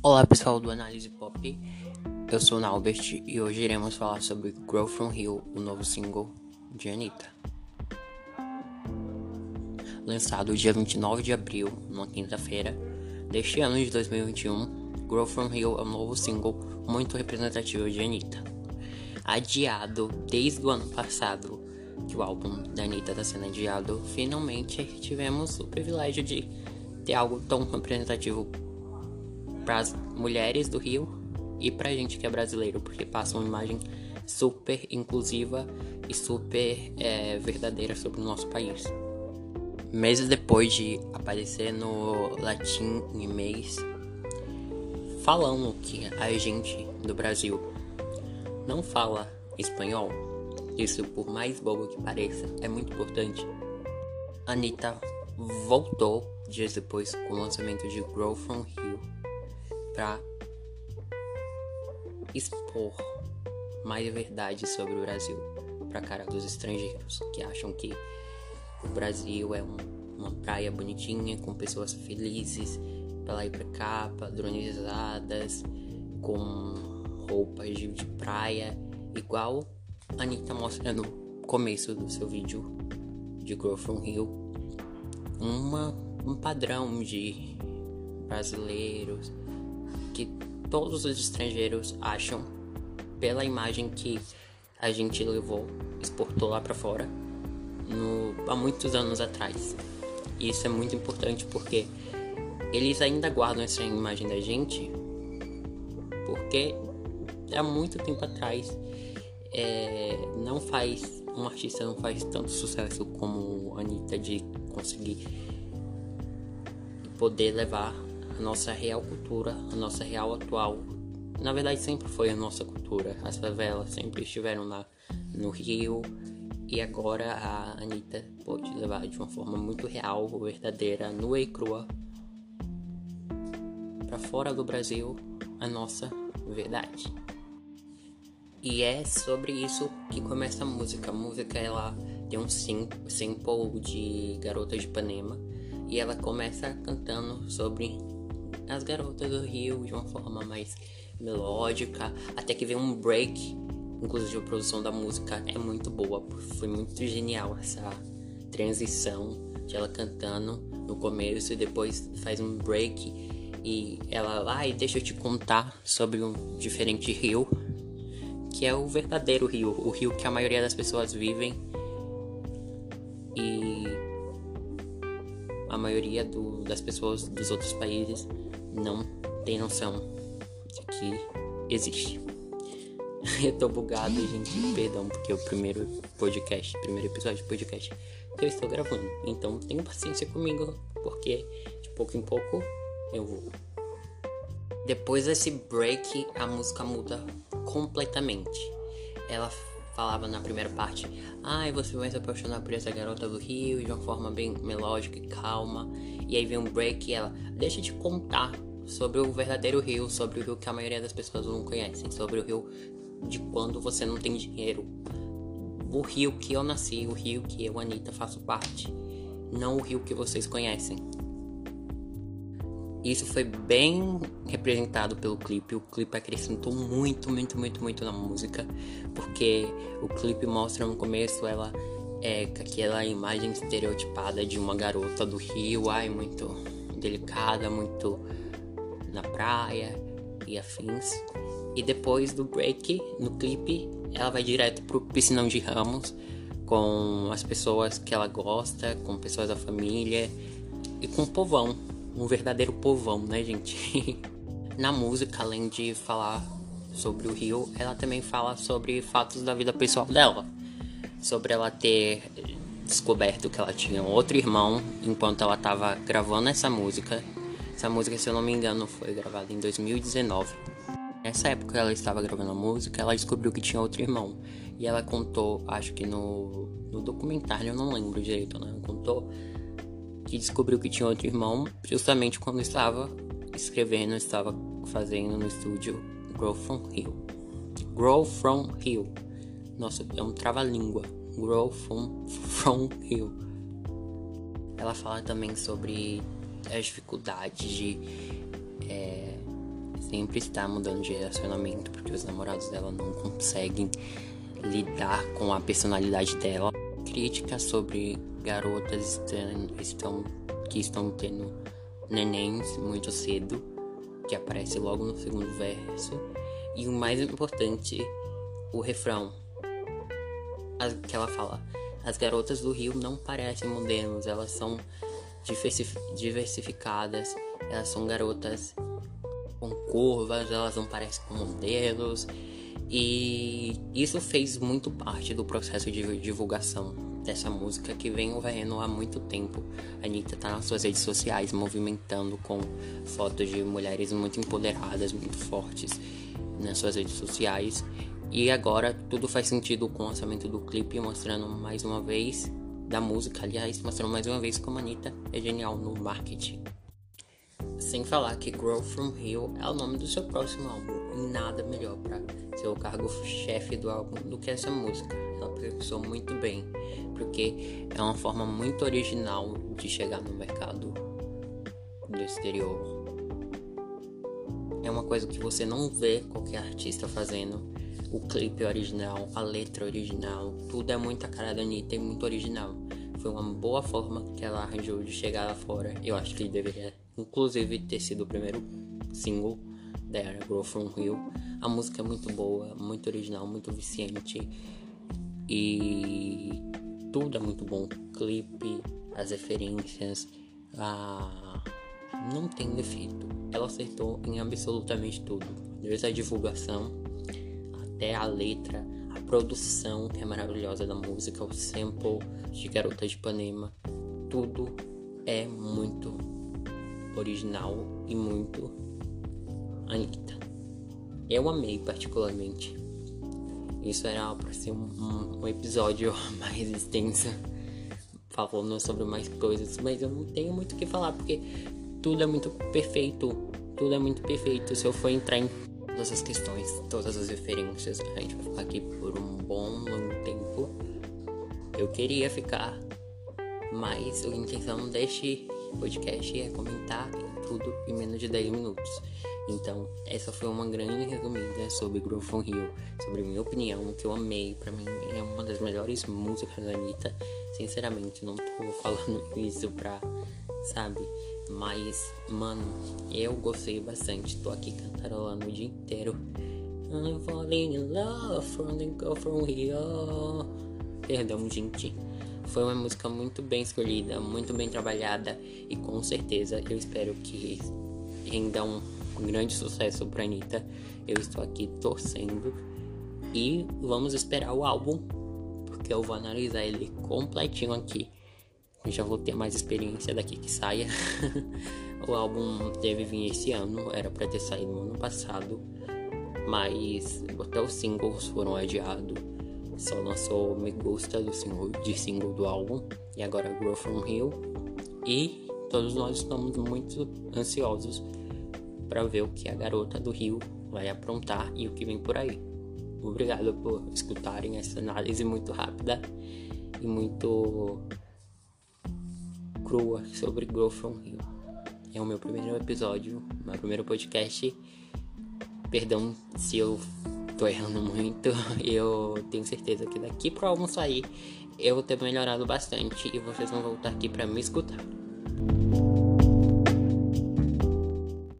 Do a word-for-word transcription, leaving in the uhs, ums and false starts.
Olá pessoal do Análise Pop, eu sou o Naubert e hoje iremos falar sobre Grow From Hell, o novo single de Anitta. Lançado dia vinte e nove de abril, numa quinta-feira, deste ano de dois mil e vinte e um, Grow From Hell é um novo single muito representativo de Anitta. Adiado desde o ano passado, que o álbum da Anitta está sendo adiado, finalmente tivemos o privilégio de ter algo tão representativo para as mulheres do Rio e pra gente que é brasileiro, porque passa uma imagem super inclusiva e super é, verdadeira sobre o nosso país. Meses depois de aparecer no Latin e mês, falando que a gente do Brasil não fala espanhol, isso por mais bobo que pareça, é muito importante. Anitta voltou dias depois com o lançamento de Grow From Hell para expor mais verdade sobre o Brasil para cara dos estrangeiros que acham que o Brasil é um, uma praia bonitinha com pessoas felizes pra lá e pra cá, padronizadas, com roupas de, de praia, igual a Anitta mostra no começo do seu vídeo de Grow From Hell, uma, um padrão de brasileiros que todos os estrangeiros acham pela imagem que a gente levou, exportou lá pra fora no, há muitos anos atrás. E isso é muito importante porque eles ainda guardam essa imagem da gente porque há muito tempo atrás é, não faz um artista não faz tanto sucesso como a Anitta de conseguir poder levar a nossa real cultura, a nossa real atual. Na verdade sempre foi a nossa cultura. As favelas sempre estiveram lá no Rio e agora a Anitta pode levar de uma forma muito real, verdadeira, nua e crua para fora do Brasil a nossa verdade. E é sobre isso que começa a música. A música ela tem um sample de Garota de Ipanema e ela começa cantando sobre as garotas do Rio de uma forma mais melódica, até que vem um break. Inclusive a produção da música é muito boa, foi muito genial essa transição de ela cantando no começo e depois faz um break e ela vai, ah, deixa eu te contar sobre um diferente rio, que é o verdadeiro rio, o rio que a maioria das pessoas vivem e a maioria do, das pessoas dos outros países não tem noção de que existe. Eu tô bugado, gente, perdão, porque é o primeiro podcast, primeiro episódio de podcast que eu estou gravando. Então tenham paciência comigo, porque de pouco em pouco eu vou. Depois desse break, a música muda completamente. Ela falava na primeira parte, ai, ah, você vai se apaixonar por essa garota do Rio de uma forma bem melódica e calma. E aí vem um break e ela, deixa eu te contar sobre o verdadeiro Rio, sobre o Rio que a maioria das pessoas não conhecem, sobre o Rio de quando você não tem dinheiro. O Rio que eu nasci, o Rio que eu, Anitta, faço parte, não o Rio que vocês conhecem. Isso foi bem representado pelo clipe. O clipe acrescentou muito, muito, muito, muito na música, porque o clipe mostra no começo ela é com aquela imagem estereotipada de uma garota do Rio, ai, muito delicada, muito na praia e afins. E depois do break, no clipe, ela vai direto pro piscinão de Ramos com as pessoas que ela gosta, com pessoas da família e com o povão. Um verdadeiro povão, né, gente? Na música, além de falar sobre o Rio, ela também fala sobre fatos da vida pessoal dela. Sobre ela ter descoberto que ela tinha outro irmão enquanto ela estava gravando essa música. Essa música, se eu não me engano, foi gravada em dois mil e dezenove. Nessa época ela estava gravando a música, ela descobriu que tinha outro irmão. E ela contou, acho que no, no documentário, eu não lembro direito, né? Ela contou que descobriu que tinha outro irmão justamente quando estava escrevendo, estava fazendo no estúdio Grow From Hell. Grow From Hell. Nossa, é um trava-língua. Grow From, from Hell. Ela fala também sobre as dificuldades de é, sempre está mudando de relacionamento porque os namorados dela não conseguem lidar com a personalidade dela. Críticas sobre garotas estão, que estão tendo nenéns muito cedo, que aparece logo no segundo verso. E o mais importante, o refrão, que ela fala: as garotas do Rio não parecem modelos, elas são diversificadas, elas são garotas com curvas, elas não parecem com modelos. E isso fez muito parte do processo de divulgação dessa música, que vem ocorrendo há muito tempo. A Anitta tá nas suas redes sociais movimentando com fotos de mulheres muito empoderadas, muito fortes nas suas redes sociais. E agora tudo faz sentido com o lançamento do clipe, mostrando mais uma vez da música, aliás, mostrando mais uma vez como a Anitta é genial no marketing. Sem falar que Grow From Rio é o nome do seu próximo álbum, e nada melhor para ser o cargo-chefe do álbum do que essa música. Ela pensou muito bem, porque é uma forma muito original de chegar no mercado do exterior. É uma coisa que você não vê qualquer artista fazendo. O clipe original, a letra original, tudo é muito a cara da Anitta e muito original. Foi uma boa forma que ela arranjou de chegar lá fora. Eu acho que ele deveria, inclusive, ter sido o primeiro single dela, Grow From Rio. A música é muito boa, muito original, muito viciante. E tudo é muito bom. O clipe, as referências, a... não tem defeito. Ela acertou em absolutamente tudo. Desde a divulgação até a letra, a produção, que é maravilhosa da música, o sample de Garota de Ipanema. Tudo é muito original e muito Anitta. Eu amei particularmente. Isso era para ser um, um, um episódio mais extenso, falando sobre mais coisas, mas eu não tenho muito o que falar, porque tudo é muito perfeito. Tudo é muito perfeito. Se eu for entrar em todas as questões, todas as referências, a gente vai ficar aqui por um bom, longo tempo. Eu queria ficar, mas a intenção deste podcast é comentar tudo em menos de dez minutos. Então, essa foi uma grande resumida sobre Grow From Rio, sobre minha opinião, que eu amei. Pra mim, é uma das melhores músicas da Anitta. Sinceramente, não tô falando isso pra, sabe? Mas, mano, eu gostei bastante. Tô aqui cantarolando o dia inteiro. I'm falling in love from the girl from Rio. Perdão, gente. Foi uma música muito bem escolhida, muito bem trabalhada. E com certeza eu espero que renda um, um grande sucesso pra Anitta. Eu estou aqui torcendo. E vamos esperar o álbum, porque eu vou analisar ele completinho aqui. Eu já vou ter mais experiência daqui que saia. O álbum deve vir esse ano, era pra ter saído no ano passado, mas até os singles foram adiados. Só lançou Me Gusta do single, de single do álbum, e agora Grow From Rio. E todos nós estamos muito ansiosos para ver o que a garota do Rio vai aprontar e o que vem por aí. Obrigado por escutarem essa análise muito rápida e muito crua sobre Grow From Rio. É o meu primeiro episódio, meu primeiro podcast. Perdão se eu tô errando muito. Eu tenho certeza que daqui pro álbum sair eu vou ter melhorado bastante e vocês vão voltar aqui pra me escutar.